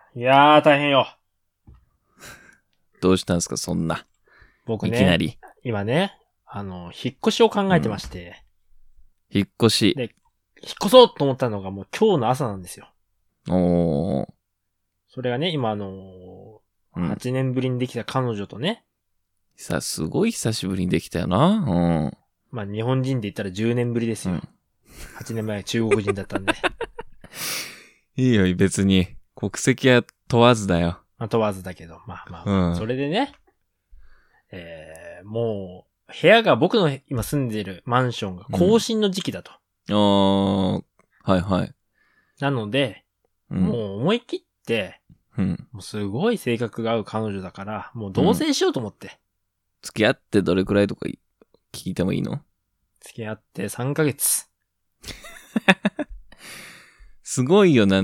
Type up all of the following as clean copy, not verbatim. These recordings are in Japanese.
いやー、大変よ。 どうしたんですか、そんな。 僕ね、 いきなり。 今ね、引っ越しを考えてまして、 引っ越し。 で、引っ越そうと思ったのがもう今日の朝なんですよ。 おー。 それがね、今うん。 8年ぶりにできた彼女とね、 すごい久しぶりにできたよな。 まあ日本人で言ったら10年ぶりですよ。 うん。 8年前は中国人だったんで。 いいよ、別に。国籍は問わずだよ。 まあ問わずだけど、まあまあ、 うん。 それでね、もう、部屋が僕の今住んでるマンションが更新の時期だと。 はいはい。 なので、 うん。 もう思い切って、 うん。 もうすごい性格が合う彼女だから、もう同棲しようと思って。 付き合ってどれくらいとか聞いてもいいの？ 付き合って3ヶ月。 すごいよな、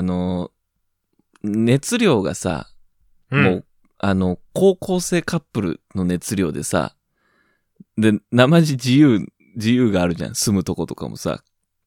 熱量がさ、もう、高校生カップルの熱量でさ、で、生地自由があるじゃん。住むとことかもさ。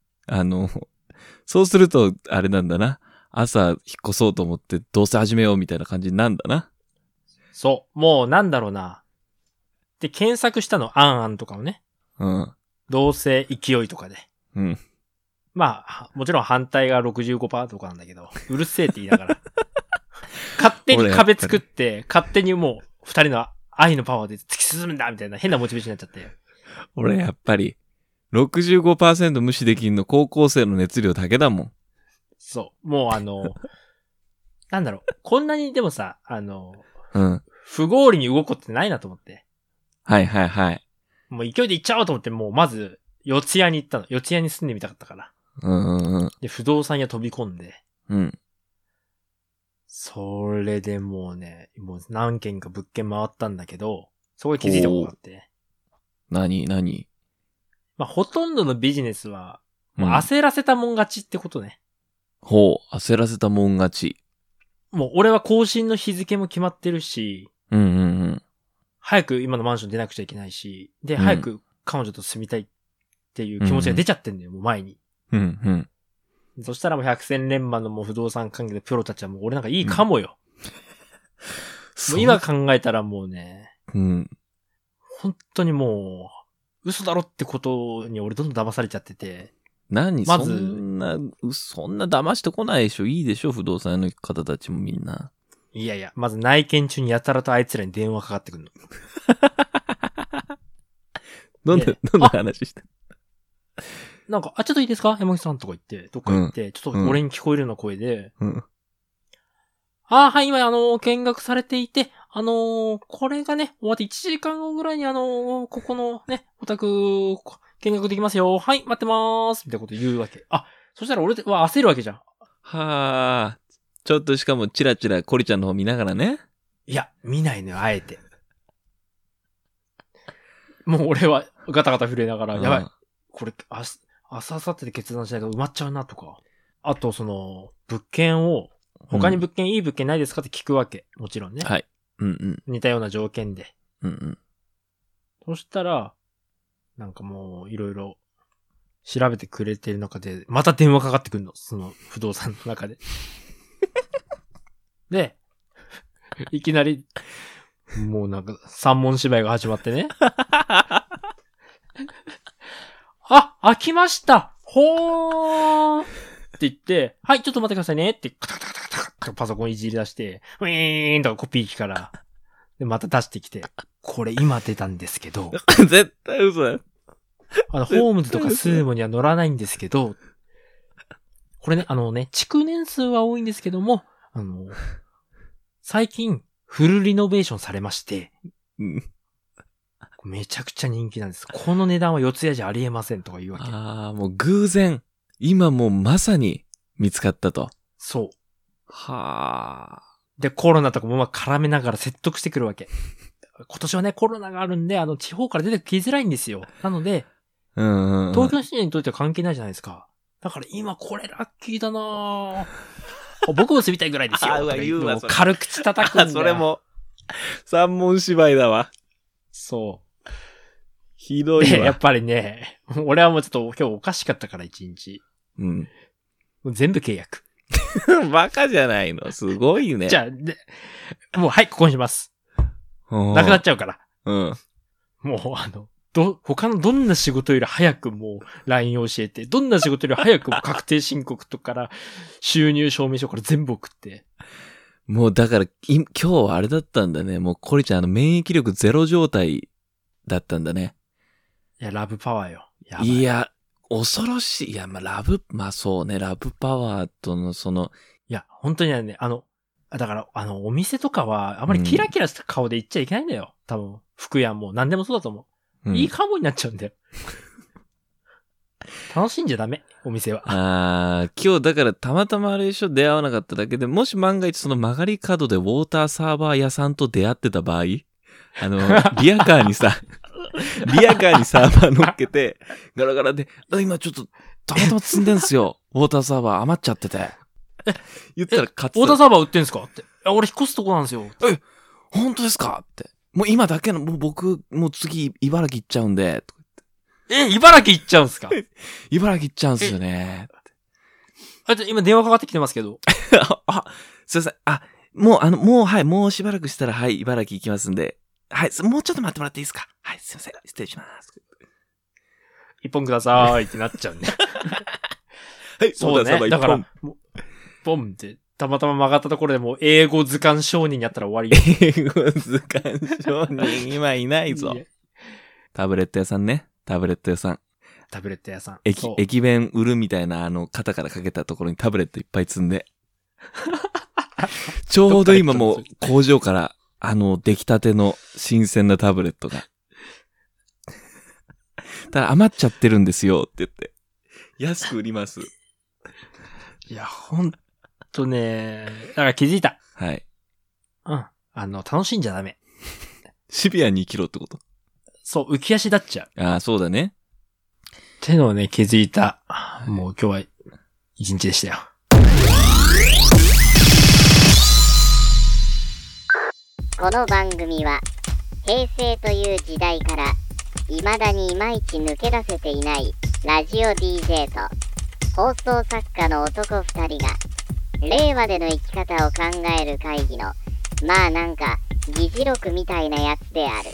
そうすると、あれなんだな。朝引っ越そうと思ってどうせ始めようみたいな感じになんだな。 そう。もうなんだろうな。で、検索したの、あんとかをね。 うん。 同性勢いとかで。 うん。 まあ、もちろん反対が 65% とかなんだけど、うるせえって言いながら。勝手に壁作って、勝手にもう二人の愛のパワーで突き進むんだみたいな変なモチベーションになっちゃって。 俺やっぱり、65% 無視できんの高校生の熱量だけだもん。 そう。もうなんだろう。こんなにでもさ、 うん。 不合理に動くことってないなと思って。 はいはいはい。 もう勢いで行っちゃおうと思って、もうまず、四谷に行ったの。四谷に住んでみたかったから。 うんうんうん。 で、不動産屋飛び込んで。 うん。 それでもうね、もう何件か物件回ったんだけど、そこで気づいたことがあって。 何まあ、ほとんどのビジネスは、もううん。 焦らせたもん勝ちってことね。 ほう、焦らせたもん勝ち。 もう俺は更新の日付も決まってるし、 うんうんうん。 早く今のマンション出なくちゃいけないし、で、 うん早く彼女と住みたいっていう気持ちが出ちゃってんだよ、もう前に。 うんうん。 そしたらもう百戦錬磨のもう不動産関係のプロたちはもう俺なんかいいかもよ。もう今考えたらもうね、 うん。 本当にもう、嘘だろってことに俺どんどん騙されちゃってて。まずそんな騙してこないでしょ。いいでしょ、不動産屋の方たちもみんな。 いやいや、まず内見中にやたらとあいつらに電話かかってくるの。 どんな話してなんか、ちょっといいですか山口さんとか言って、どっか行って、ちょっと俺に聞こえるような声で、はい、今、見学されていて、これがね、終わって1時間後ぐらいにここのね、お宅、見学できますよ。はい、待ってまーす。みたいなこと言うわけ。そしたら俺は焦るわけじゃん。 はあ。ちょっとしかもチラチラコリちゃんの方見ながらね。 いや、見ないのよ、あえて。もう俺はガタガタ震えながら、やばい。これ、明日、明後日で決断しないと埋まっちゃうなとか。あと、物件を、他にいい物件ないですかって聞くわけ。もちろんね。 はい。 似たような条件で。そしたら、なんかもう、いろいろ、調べてくれてる中で、また電話かかってくるの。その不動産の中で。で、いきなり、もうなんか、三文芝居が始まってね。開きましたほーって言って、はい、ちょっと待ってくださいねって、カタカタカタカタカタパソコンいじり出して、ウィーンとかコピー機から、で、また出してきて、これ今出たんですけど、 絶対嘘だよ。 ホームズとかスーモには乗らないんですけど、これね、築年数は多いんですけども、最近、フルリノベーションされまして、めちゃくちゃ人気なんです。この値段は四谷じゃありえませんとか言うわけ。 もう偶然、今もうまさに見つかったと。 そう。 はあ。 で、コロナとかも絡めながら説得してくるわけ。今年はね、コロナがあるんで、地方から出てきづらいんですよ。なので、東京の人にとっては関係ないじゃないですか。だから今これラッキーだなぁ。僕も住みたいぐらいですよ。 言うわ、 軽口叩くんだよ。 それも、三文芝居だわ。 そう。 ひどいわ。 で、やっぱりね、俺はもうちょっと今日おかしかったから一日。もう全部契約。 バカじゃないの。すごいね。 じゃあ、もうはい、ここにします。なくなっちゃうから。 うん。 もう他のどんな仕事より早くもう LINE を教えて、どんな仕事より早くも確定申告とから収入証明書から全部送って。 もうだから、今日はあれだったんだね。もうコリちゃん免疫力ゼロ状態だったんだね。 いや、ラブパワーよ。 いや、恐ろしい。いや、まあそうね、ラブパワーとのいや、本当にね、だから、お店とかは、あまりキラキラした顔で行っちゃいけないんだよ。多分、服やもう何でもそうだと思う。いい顔になっちゃうんだよ。楽しんじゃダメ、お店は。 今日だからたまたまあれでしょ、出会わなかっただけで、もし万が一その曲がり角でウォーターサーバー屋さんと出会ってた場合、リアカーにサーバー乗っけて、ガラガラで、今ちょっとたまたま積んでんすよ。ウォーターサーバー余っちゃってて。言ったら勝つ。 ウォーターサーバー売ってんすかって。俺引っ越すとこなんですよ。 本当ですかって。もう今だけの、もう僕、もう次、茨城行っちゃうんで、とか言って。茨城行っちゃうんすか茨城行っちゃうんすよね。 今電話かかってきてますけど。 すいません。もうしばらくしたら、はい、茨城行きますんで。はい、もうちょっと待ってもらっていいですか？はい、すいません。失礼します。 一本くださいってなっちゃうんで。 はい、 そうね。だから、ポンって、たまたま曲がったところでもう英語図鑑商人やったら終わりよ。 英語図鑑商人今いないぞ。タブレット屋さんね。タブレット屋さん。駅弁売るみたいな肩からかけたところにタブレットいっぱい積んで。ちょうど今もう工場から出来たての新鮮なタブレットが。ただ余っちゃってるんですよって言って。安く売ります。 いや、ほんとね。だから気づいた。 はい。 うん。楽しんじゃダメ。 シビアに生きろってこと？ そう、浮き足立っちゃう。 そうだね。 ってのをね、気づいた。もう今日は一日でしたよ。 この番組は平成という時代から未だにいまいち抜け出せていないラジオ DJ と放送作家の男2人が令和での生き方を考える会議のまあなんか議事録みたいなやつである。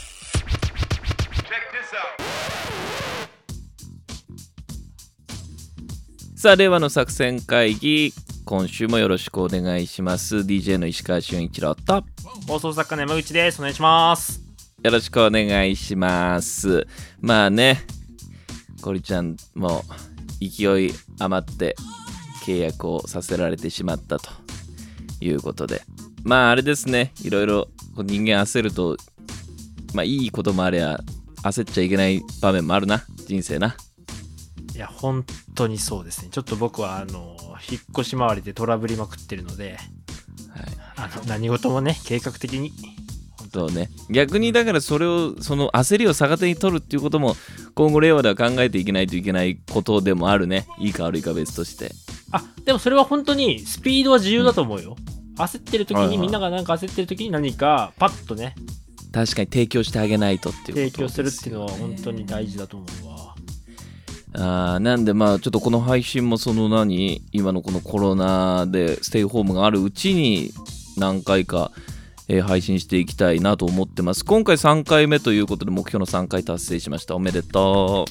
さあ、令和の作戦会議、今週もよろしくお願いします。DJ の石川俊一郎と放送作家の山口です。お願いします。 よろしくお願いします。まあね、コリちゃんも勢い余って契約をさせられてしまったということで、まああれですね、いろいろ人間焦ると、まあいいこともあれば焦っちゃいけない場面もあるな、人生な。 いや、本当にそうですね。ちょっと僕は引っ越し回りでトラブりまくってるので、はい、何事もね、計画的に。 そうね。逆にだからその焦りを逆手に取るっていうことも今後令和では考えていけないといけないことでもあるね。いいか悪いか別として。 でもそれは本当にスピードは重要だと思うよ。焦ってる時に、みんながなんか焦ってる時に何かパッとね。 確かに提供してあげないとっていうことですね。 提供するっていうのは本当に大事だと思うわ。 なんでまあちょっとこの配信も今のこのコロナでステイホームがあるうちに何回か配信していきたいなと思ってます。今回3回目ということで目標の3回達成しました。おめでと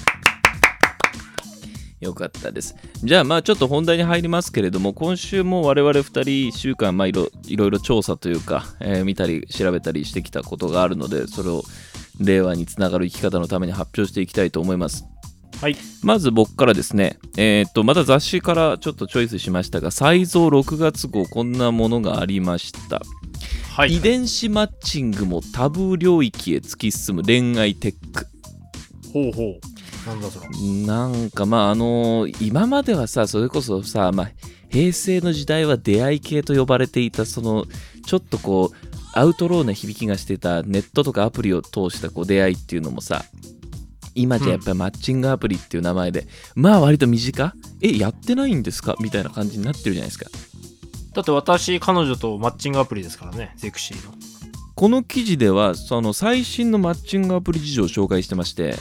う。よかったです。じゃあまあちょっと本題に入りますけれども、今週も我々2人1週間いろいろ調査というか、見たり調べたりしてきたことがあるので、それを令和につながる生き方のために発表していきたいと思います。 はい、 まず僕からですね、また雑誌からちょっとチョイスしましたが、再造6月号こんなものがありました。はい、遺伝子マッチングもタブー領域へ突き進む恋愛テック。 ほうほう。なんだそれ。 なんかまあ今まではさ、それこそさ、まあ平成の時代は出会い系と呼ばれていたちょっとこうアウトローな響きがしてたネットとかアプリを通したこう出会いっていうのもさ。今じゃやっぱりマッチングアプリっていう名前で、まあ割と身近？やってないんですかみたいな感じになってるじゃないですか。 だって私、彼女とマッチングアプリですからね、ゼクシーの。 この記事では、その最新のマッチングアプリ事情を紹介してまして、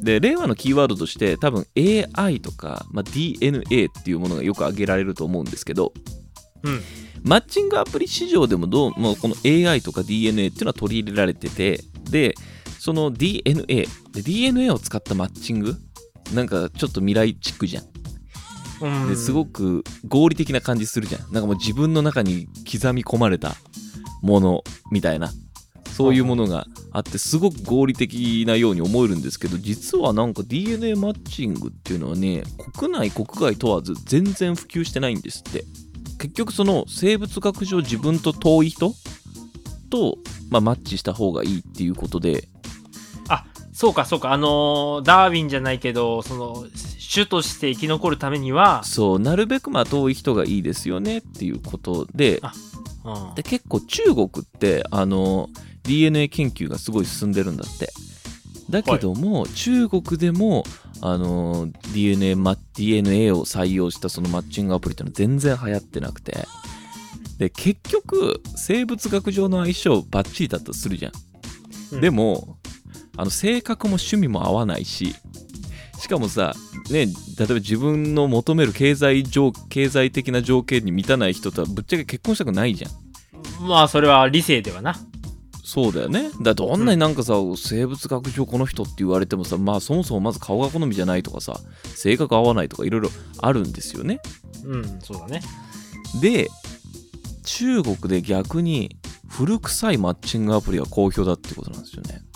で令和のキーワードとして多分 AI とか、DNA っていうものがよく挙げられると思うんですけど、マッチングアプリ市場でももうこの AI とか DNA っていうのは取り入れられてて、でその DNA を使ったマッチングなんかちょっと未来チックじゃん。ですごく合理的な感じするじゃん。なんかもう自分の中に刻み込まれたものみたいな、そういうものがあってすごく合理的なように思えるんですけど、実はなんか DNA マッチングっていうのはね、国内国外問わず全然普及してないんですって。結局その生物学上自分と遠い人と、マッチした方がいいっていうことで。 そうかダーウィンじゃないけど、その種として生き残るためにはそうなるべく遠い人がいいですよねっていうことで、で結構中国ってDNA 研究がすごい進んでるんだって。だけども、中国でもDNA を採用したそのマッチングアプリってのは全然流行ってなくて、で結局生物学上の相性バッチリだとするじゃん、でも性格も趣味も合わないし、しかもさね、例えば自分の求める経済的な条件に満たない人とはぶっちゃけ結婚したくないじゃん。 それは理性ではな。 そうだよね。だどんなになんかさ、生物学上この人って言われてもさ、そもそもまず顔が好みじゃないとかさ、性格合わないとかいろいろあるんですよね。 そうだね。 で中国で逆に古臭いマッチングアプリが好評だってことなんですよね。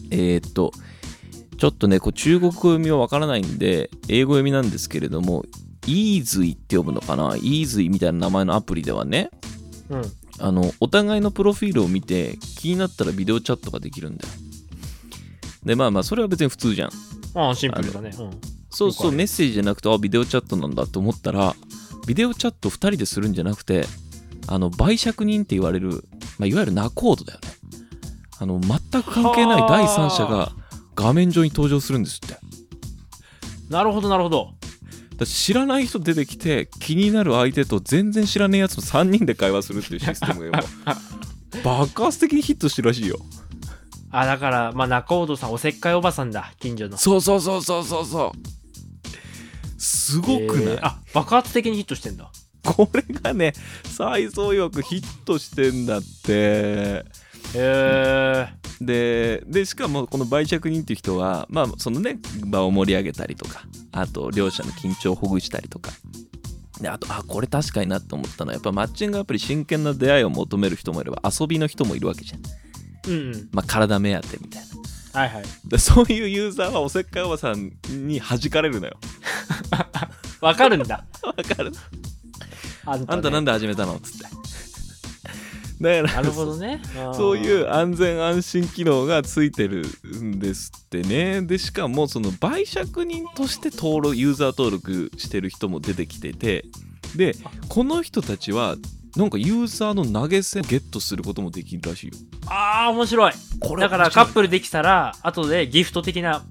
ちょっとね中国語読みはわからないんで英語読みなんですけれども、イーズイって呼ぶのかな、イーズイみたいな名前のアプリではね、お互いのプロフィールを見て気になったらビデオチャットができるんだよ。でそれは別に普通じゃん。 シンプルだね。 そうメッセージじゃなくてビデオチャットなんだと思ったら、ビデオチャット2人でするんじゃなくて売借人って言われる、いわゆる仲人だよね。全く関係ない第三者が画面上に登場するんですって。 なるほど。 だ知らない人出てきて気になる相手と全然知らねえやつと3人で会話するっていうシステムが爆発的にヒットしてるらしいよ。 だから仲人さんおせっかいおばさんだ、近所の。 そうすごくない？ 爆発的にヒットしてんだ。 これがね再生曰くヒットしてんだって。でしかもこの売借人っていう人はそのね場を盛り上げたりとか、あと両者の緊張をほぐしたりとかで、あとこれ確かになって思ったのは、やっぱマッチングアプリ真剣な出会いを求める人もいれば遊びの人もいるわけじゃん。体目当てみたいな。でそういうユーザーはおせっかいおばさんに弾かれるのよ。 わかるんだ。 わかる。あんたなんで始めたのっつって。だからなるほどね。 そういう安全安心機能がついてるんですってね。でしかもその売借人としてユーザー登録してる人も出てきてて、でこの人たちはなんかユーザーの投げ銭をゲットすることもできるらしいよ。 面白い。だからカップルできたら後でギフト的な。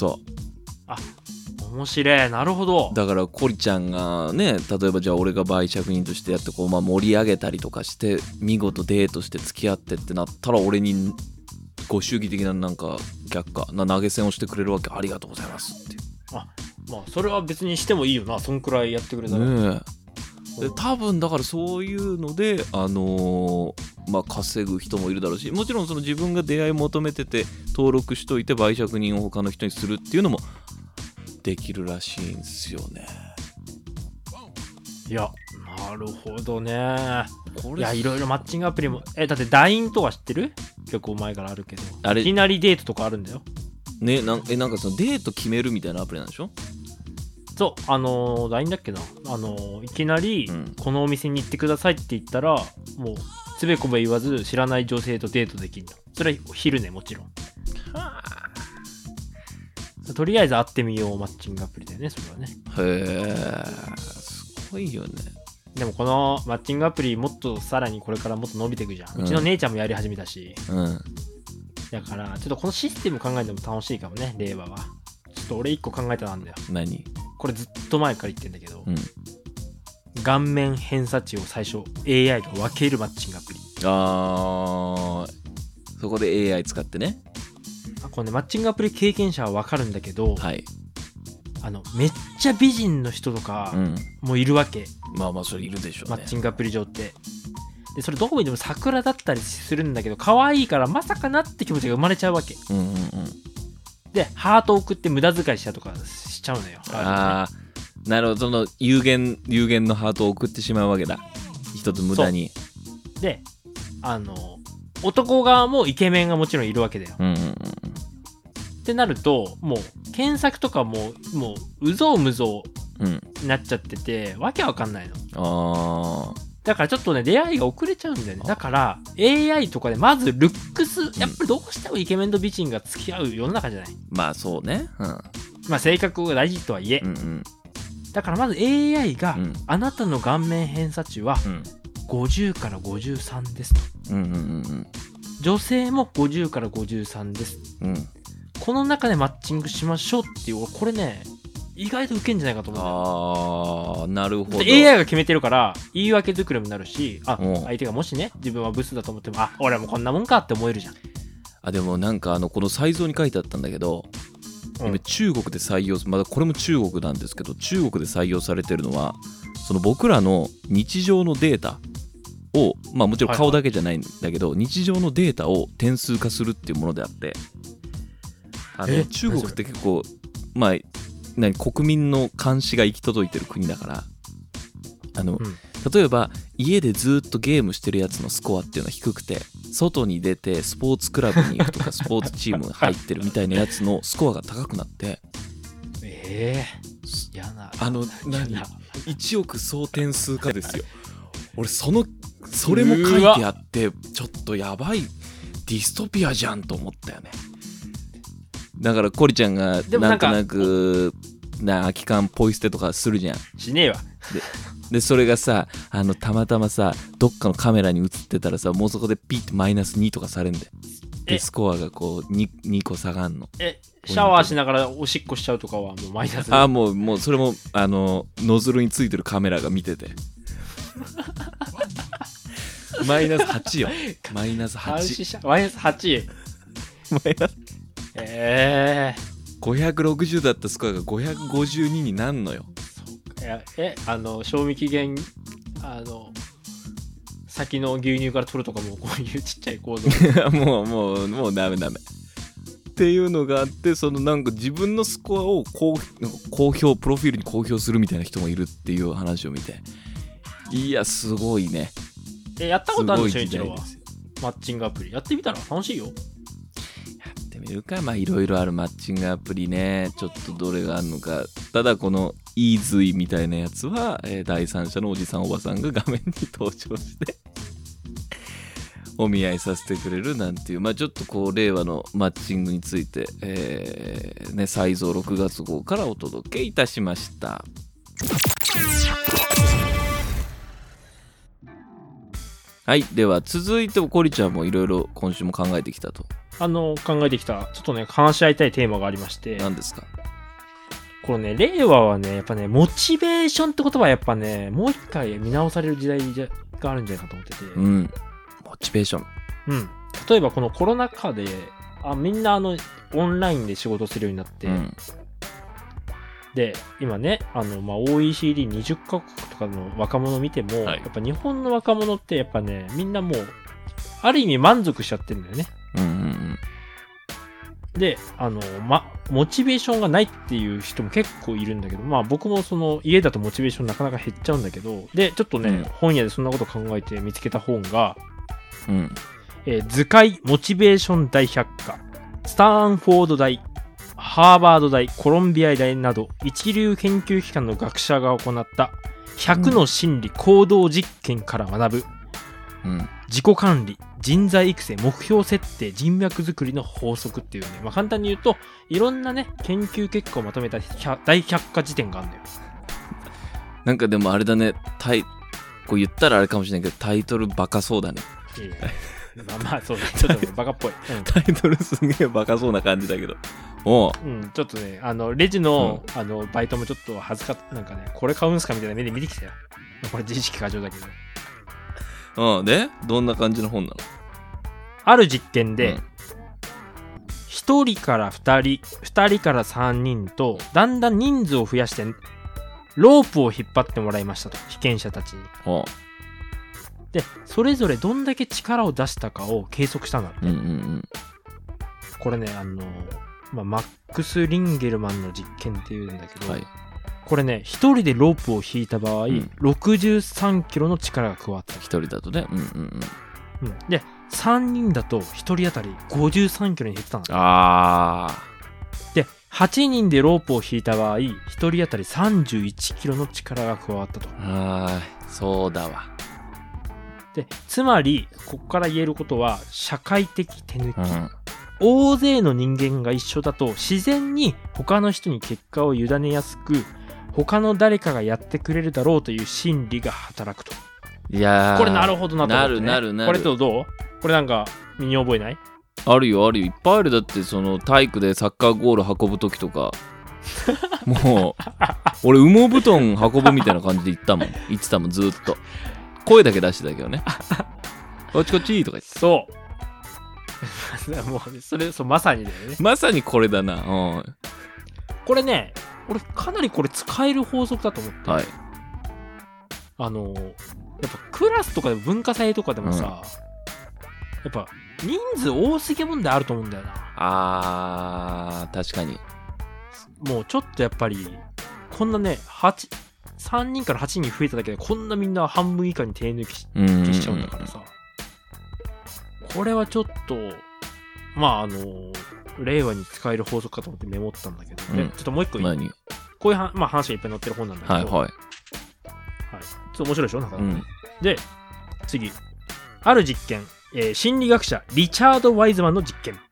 面白い。なるほど。だからコリちゃんがね、例えばじゃあ俺が売借人としてやって盛り上げたりとかして見事デートして付き合ってってなったら、俺にご祝儀的ななんか逆かな投げ銭をしてくれるわけ。ありがとうございますっていう。 それは別にしてもいいよな。そんくらいやってくれたらね。 で多分だからそういうので稼ぐ人もいるだろうし、もちろんその自分が出会い求めてて登録しといて売借人を他の人にするっていうのもできるらしいんですよね。 いや、なるほどね。いや、いろいろマッチングアプリもだって LINE とか知ってる？結構前からあるけど、いきなりデートとかあるんだよね。なんかそのデート決めるみたいなアプリなんでしょ？ そう、LINE だっけな、いきなり、このお店に行ってくださいって言ったら、もうつべこべ言わず知らない女性とデートできるの。それは昼ね、もちろん。とりあえず会ってみようマッチングアプリだよね、それはね。 すごいよね。 でもこのマッチングアプリもっとさらにこれからもっと伸びていくじゃん。うちの姉ちゃんもやり始めたし。だからちょっとこのシステム考えても楽しいかもね、令和は。ちょっと俺一個考えたなんだよ。 何？ これずっと前から言ってんだけど、顔面偏差値を最初 AI が分けるマッチングアプリ。 そこで AI 使ってね。 このね、マッチングアプリ経験者はわかるんだけど、 はい。 めっちゃ美人の人とかもいるわけ。 まあまあ、それいるでしょうね。 マッチングアプリ上って。で、それどこ見ても桜だったりするんだけど、可愛いからまさかなって気持ちが生まれちゃうわけ。 うんうんうん。 で、ハートを送って無駄遣いしちゃうとかしちゃうのよ。 ああ、なるほど。その有限のハートを送ってしまうわけだ。一つ無駄に。 で、男側もイケメンがもちろんいるわけだよ。 うんうんうん。 ってなると、もう検索とかもううぞうむぞうになっちゃってて、わけわかんないの。だからちょっとね、出会いが遅れちゃうんだよね。だから AI とかでまずルックス、やっぱりどうしてもイケメンと美人が付き合う世の中じゃない。 まあそうね。うん。 まあ性格が大事とはいえ。 うんうん。 だからまず AI が、あなたの顔面偏差値は50から53ですと。 うんうんうん。 女性も50から53です。 うん。 この中でマッチングしましょうっていう、これね、意外とウケんじゃないかと思うんだよ。 ああ、なるほど。 で AI が決めてるから言い訳作りになるし、相手がもしね、自分はブスだと思っても、俺もこんなもんかって思えるじゃん。 でもなんかこのサイズに書いてあったんだけど、今中国で採用、まだこれも中国なんですけど、中国で採用されてるのは、その僕らの日常のデータを、まあもちろん顔だけじゃないんだけど、日常のデータを点数化するっていうものであって、中国って結構、まあ国民の監視が行き届いてる国だから、例えば家でずっとゲームしてるやつのスコアっていうのは低くて、外に出てスポーツクラブに行くとかスポーツチームに入ってるみたいなやつのスコアが高くなって、 嫌な。 1億総点数化ですよ。俺それも書いてあって、ちょっとやばいディストピアじゃんと思ったよね。だからコリちゃんがなんとなく空き缶ポイ捨てとかするじゃん。 しねえわ。 でそれがさ、たまたまさ、どっかのカメラに映ってたらさ、もうそこでピッてマイナス2とかされんで、でスコアがこう 2個下がんの。 シャワーしながらおしっこしちゃうとかはもうマイナス。 もうそれもノズルについてるカメラが見ててマイナス8よ。マイナス8。 マイナス8。 マイナス560だったスコアが552になんのよ。 賞味期限先の牛乳から取るとかもこういうちっちゃい構造もうダメっていうのがあって、そのなんか自分のスコアを公表、プロフィールに公表するみたいな人もいるっていう話を見て、いやすごいね。 やったことあるんでしょ一郎は。マッチングアプリやってみたら楽しいよ。 見るか。まあいろいろあるマッチングアプリね。ちょっとどれがあるのか。ただこのイーズイみたいなやつは、第三者のおじさんおばさんが画面に登場してお見合いさせてくれるなんていう、まあちょっとこう令和のマッチングについて、サイゾー6月号からお届けいたしました。はい、では続いてコリちゃんもいろいろ今週も考えてきたと。 考えてきた、ちょっとね、話し合いたいテーマがありまして。 何ですか？ このね、令和はね、やっぱね、モチベーションって言葉はやっぱね、もう一回見直される時代があるんじゃないかと思ってて。 モチベーション。 例えばこのコロナ禍で、みんなオンラインで仕事するようになって、で、今ね、OECD20 カ国とかの若者を見ても、やっぱ日本の若者ってやっぱね、みんなもう、ある意味満足しちゃってるんだよね。で、モチベーションがないっていう人も結構いるんだけど、まあ僕もその家だとモチベーションなかなか減っちゃうんだけど、で、ちょっとね、本屋でそんなこと考えて見つけた本が、図解モチベーション大百科、スタンフォード大、ハーバード大、コロンビア大など一流研究機関の学者が行った100の心理行動実験から学ぶ、自己管理、人材育成、目標設定、人脈作りの法則っていうね、まあ簡単に言うといろんなね研究結果をまとめた大百科辞典があるんだよ。 なんかでもあれだね、こう言ったらあれかもしれないけど、タイトルバカそうだね。 まあそうだ、ちょっとバカっぽい。 タイトルすげえバカそうな感じだけど。 ちょっとね、レジの、バイトもちょっと恥ずかなんかね、これ買うんすかみたいな目で見てきたよ。これ自意識過剰だけど。 でどんな感じの本なの？ ある実験で、 1人から2人、2人から3人と、だんだん人数を増やして、ロープを引っ張ってもらいましたと。被験者たちに。で、それぞれどんだけ力を出したかを計測したんだって。これね、マックス・リンゲルマンの実験っていうんだけど、はい、これね、一人でロープを引いた場合、63キロの力が加わった。 一人だとね。 で、3人だと1人当たり53キロに減ってたんだ。で、8人でロープを引いた場合、1人当たり31キロの力が加わったと。 そうだわ。 で、つまり、ここから言えることは、社会的手抜き。大勢の人間が一緒だと、自然に他の人に結果を委ねやすく、他の誰かがやってくれるだろうという心理が働くと。 いやー、 これなるほどなと思って、ね。 なる。 これとどう？これなんか身に覚えない？ あるよ。いっぱいある。だってその体育でサッカーゴール運ぶ時とかもう俺羽毛布団運ぶみたいな感じで言ってたもんずっと声だけ出してたけどねこっちこっちとか言って。 もうそうまさにだよね。 まさにこれだな。 これね、俺かなりこれ使える法則だと思って。 はい。 やっぱクラスとかでも文化祭とかでもさ、やっぱ人数多すぎ問題あると思うんだよな。 確かに。 もうちょっとやっぱりこんなね、3人から8人増えただけでこんなみんな半分以下に手抜き しちゃうんだからさ、これはちょっと令和に使える法則かと思ってメモったんだけど、ちょっともう一個いい？ 何？ こういう話がいっぱい載ってる本なんだけど、はい。ちょっと面白いでしょ、なかなか。で、次。ある実験、心理学者リチャード・ワイズマンの実験。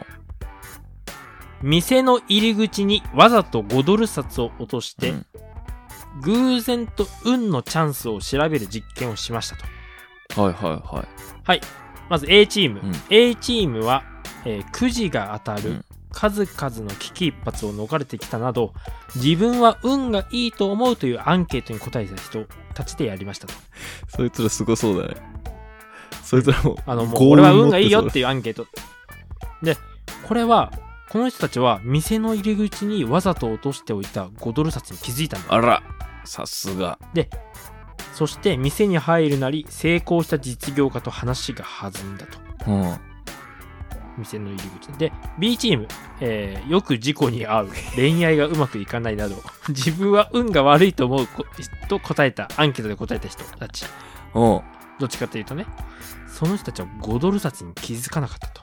店の入り口にわざと5ドル札を落として、偶然と運のチャンスを調べる実験をしましたと。はい。まず A チーム。A チームは、くじが当たる、数々の危機一髪を逃れてきたなど、自分は運がいいと思うというアンケートに答えた人たちでやりましたと。 そいつらすごそうだね。そいつらもう俺は運がいいよっていうアンケートで、この人たちは店の入り口にわざと落としておいた5ドル札に気づいたんだ。 あら、さすが。 で、そして店に入るなり成功した実業家と話が弾んだと。店の入り口で B チーム、よく事故に遭う、恋愛がうまくいかないなど自分は運が悪いと思うと答えた、アンケートで答えた人たち。どっちかというとね、その人たちは5ドル札に気づかなかったと。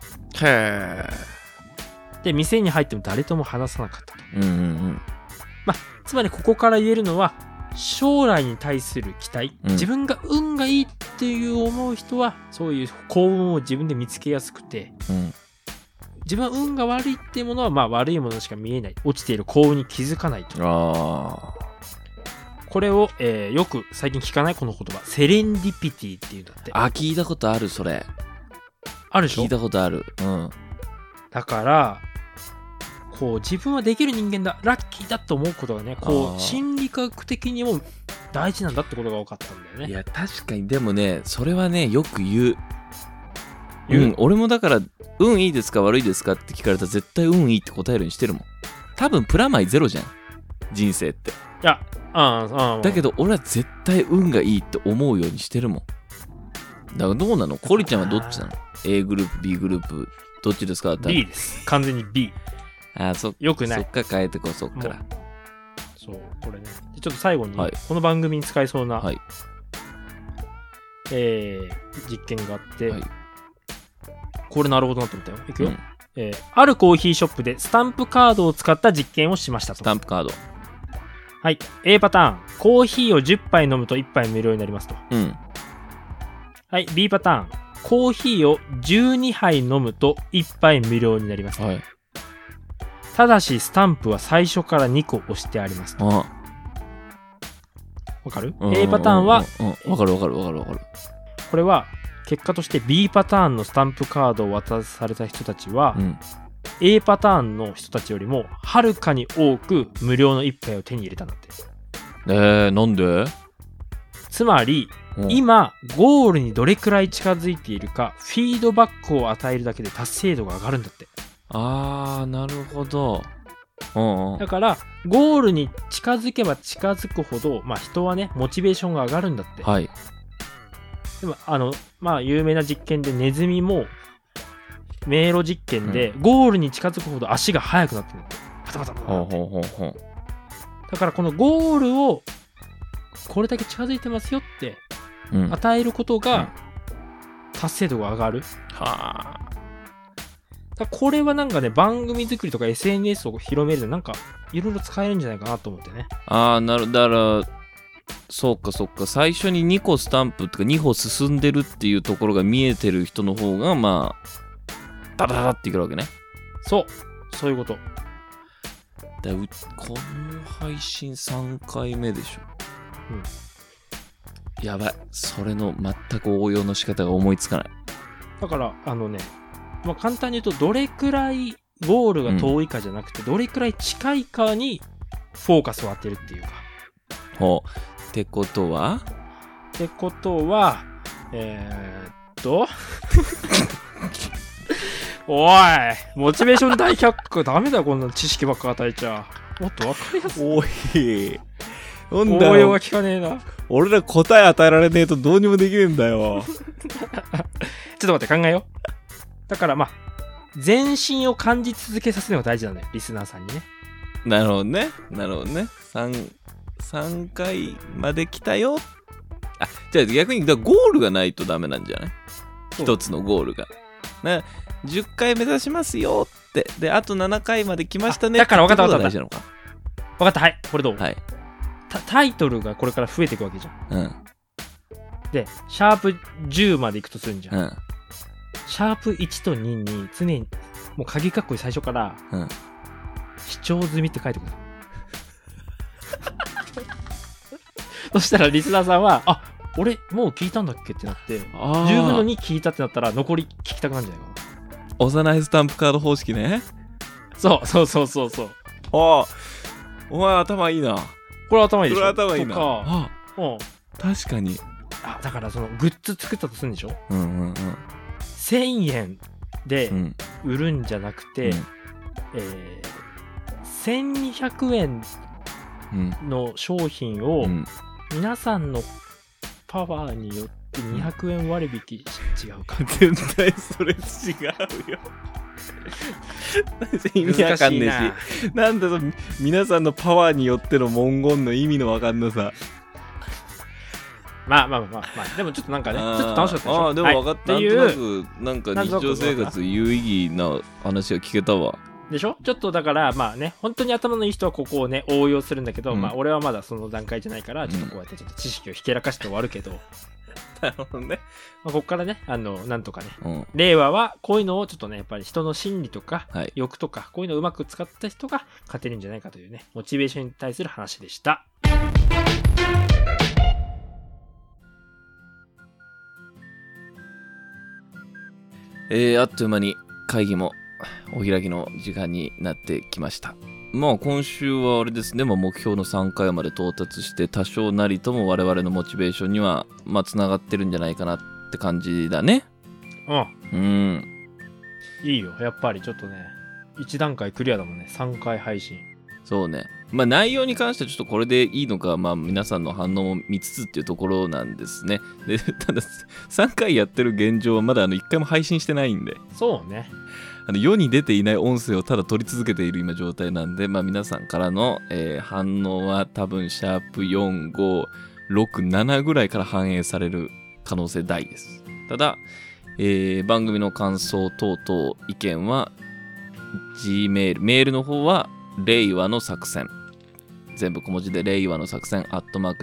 で、店に入っても誰とも話さなかったと。つまりここから言えるのは、将来に対する期待、自分が運がいいっていう思う人はそういう幸運を自分で見つけやすくて、自分は運が悪いっていうものは悪いものしか見えない、落ちている幸運に気づかないと。これを、よく最近聞かない？この言葉、セレンディピティっていうんだって。 聞いたことある。それあるでしょ？ 聞いたことある。 だからこう自分はできる人間だ、ラッキーだと思うことがね、こう心理学的にも大事なんだってことが分かったんだよね。 いや確かに。でもね、それはねよく言う。俺もだから運いいですか悪いですかって聞かれたら絶対運いいって答えるようにしてるもん。多分プラマイゼロじゃん、人生って。いや、 だけど俺は絶対運がいいって思うようにしてるもん。だからどうなの？コリちゃんはどっちなの？ A グループ B グループどっちですか？ B です。完全に B。よくない。 そっか、変えてこう。そっから。 そう、これね。ちょっと最後に、この番組に使えそうな、実験があって、これなるほどなと思ったよ。いくよ。あるコーヒーショップでスタンプカードを使った実験をしましたと。 スタンプカード。 はい。A パターン。コーヒーを10杯飲むと1杯無料になりますと。はい。B パターン。コーヒーを12杯飲むと1杯無料になりますと。ただしスタンプは最初から2個押してありますと。わかる？ A パターンはわかる。 これは結果として B パターンのスタンプカードを渡された人たちは、A パターンの人たちよりもはるかに多く無料の1杯を手に入れたんだって。 なんで？ つまり、今ゴールにどれくらい近づいているかフィードバックを与えるだけで達成度が上がるんだって。 なるほど。うんうん。 だからゴールに近づけば近づくほど、まあ人はねモチベーションが上がるんだって。 はい。 でもまあ有名な実験でネズミも迷路実験で、ゴールに近づくほど足が速くなってるんだって。パタパタパタって。 ほうほうほうほう。 だからこのゴールをこれだけ近づいてますよって与えることが達成度が上がる。 はあ。 これはなんかね、番組作りとか SNS を広めるのなんかいろいろ使えるんじゃないかなと思ってね。 だからそうか最初に2個スタンプとか2歩進んでるっていうところが見えてる人の方がまあダダダダっていくわけね。 そういうこと。 この配信3回目でしょ。やばい、それの全く応用の仕方が思いつかない。 だからまあ、簡単に言うとどれくらいゴールが遠いかじゃなくて、どれくらい近いかにフォーカスを当てるっていうか。 ってことはおいモチベーション大100個ダメだよ、こんな知識ばっか与えちゃ。もっと分かりやすい。 おい応用が効かねえな。 俺ら答え与えられねえとどうにもできねえんだよ。 ちょっと待って、考えよう。だからまあ全身を感じ続けさせるのが大事なのよ、リスナーさんにね。 なるほどね。3回まで来たよ。じゃあ逆にゴールがないとダメなんじゃない？一つのゴールが。10回目指しますよって。で、あと7回まで来ましたね。 だから分かった。 大事なのか。 分かった。はい。これどう？ はい。 タイトルがこれから増えていくわけじゃん。で、シャープ10までいくとするんじゃん。シャープ1と2に常にもう鍵括弧で最初から、視聴済みって書いてくる。そしたらリスナーさんは俺もう聞いたんだっけってなって10分の2聞いたってなったら残り聞きたくなるんじゃないかな。 幼いスタンプカード方式ね。 そう。 お前頭いいな。 これ頭いいでしょ。 これ頭いいな。確かに。 だからそのグッズ作ったとするんでしょ。1000円で売るんじゃなくて、1200円の商品を皆さんのパワーによって200円割引違うか。 絶対それ違うよ。意味わかんねえし、なんだその皆さんのパワーによっての文言の意味のわかんなさ。 まあでもちょっとなんかねちょっと楽しかったでしょ。 でも分かった、なんか日常生活有意義な話が聞けたわでしょ。ちょっとだからまあね、本当に頭のいい人はここをね応用するんだけど、まあ俺はまだその段階じゃないからちょっとこうやってちょっと知識をひけらかして終わるけど、 なるほどね。 ここからねなんとかね、令和はこういうのをちょっとねやっぱり人の心理とか、欲とかこういうのをうまく使った人が勝てるんじゃないかというねモチベーションに対する話でした。 あっという間に会議もお開きの時間になってきました。まあ今週はあれですね、目標の3回まで到達して多少なりとも我々のモチベーションにはつながってるんじゃないかなって感じだね。 いいよ、やっぱりちょっとね1段階クリアだもんね。3回配信。 そうね。内容に関してはちょっとこれでいいのか、皆さんの反応を見つつっていうところなんですね。で、ただ3回やってる現状はまだ1回も配信してないんで。 そうね。 世に出ていない音声をただ取り続けている今状態なんで、皆さんからの、反応は多分シャープ4、5、6、7ぐらいから反映される可能性大です。ただ、番組の感想等々意見は Gmail、メールの方は令和の作戦、全部小文字で令和の作戦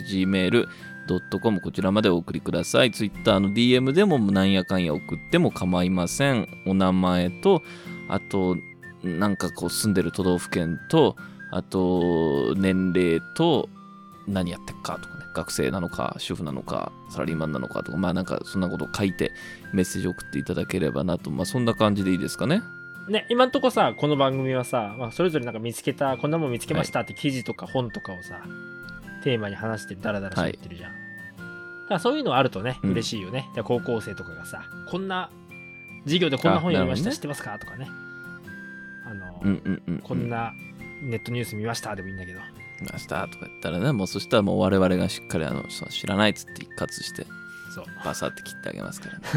@gmail.com、 こちらまでお送りください。Twitter の DM でもなんやかんや送っても構いません。お名前と、あとなんかこう住んでる都道府県と、あと年齢と何やってっかとかね、学生なのか主婦なのかサラリーマンなのかとか、なんかそんなことを書いてメッセージ送っていただければなと、そんな感じでいいですかね。 ね、今んとこさ、この番組はさ、それぞれなんか見つけた、こんなもん見つけましたって記事とか本とかをさ、テーマに話してダラダラ喋ってるじゃん。だからそういうのあるとね、嬉しいよね。じゃあ高校生とかがさ、こんな授業でこんな本読みました、知ってますかとかね。 こんなネットニュース見ましたでもいいんだけど。 見ましたとか言ったらね、もうそしたらもう我々がしっかりそう知らないっつって一括して、 そうバサって切ってあげますからね。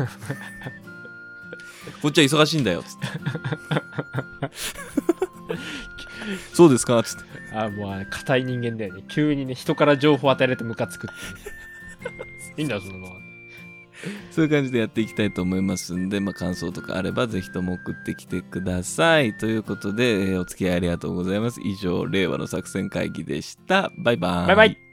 こっちは忙しいんだよっつって。そうですかっつって。 もう硬い人間だよね。急にね、人から情報を与えられてムカつくっていいんだよそんなの。 そういう感じでやっていきたいと思いますんで、感想とかあればぜひとも送ってきてください。ということで、お付き合いありがとうございます。以上、令和の作戦会議でした。バイバイ。 バイバイ。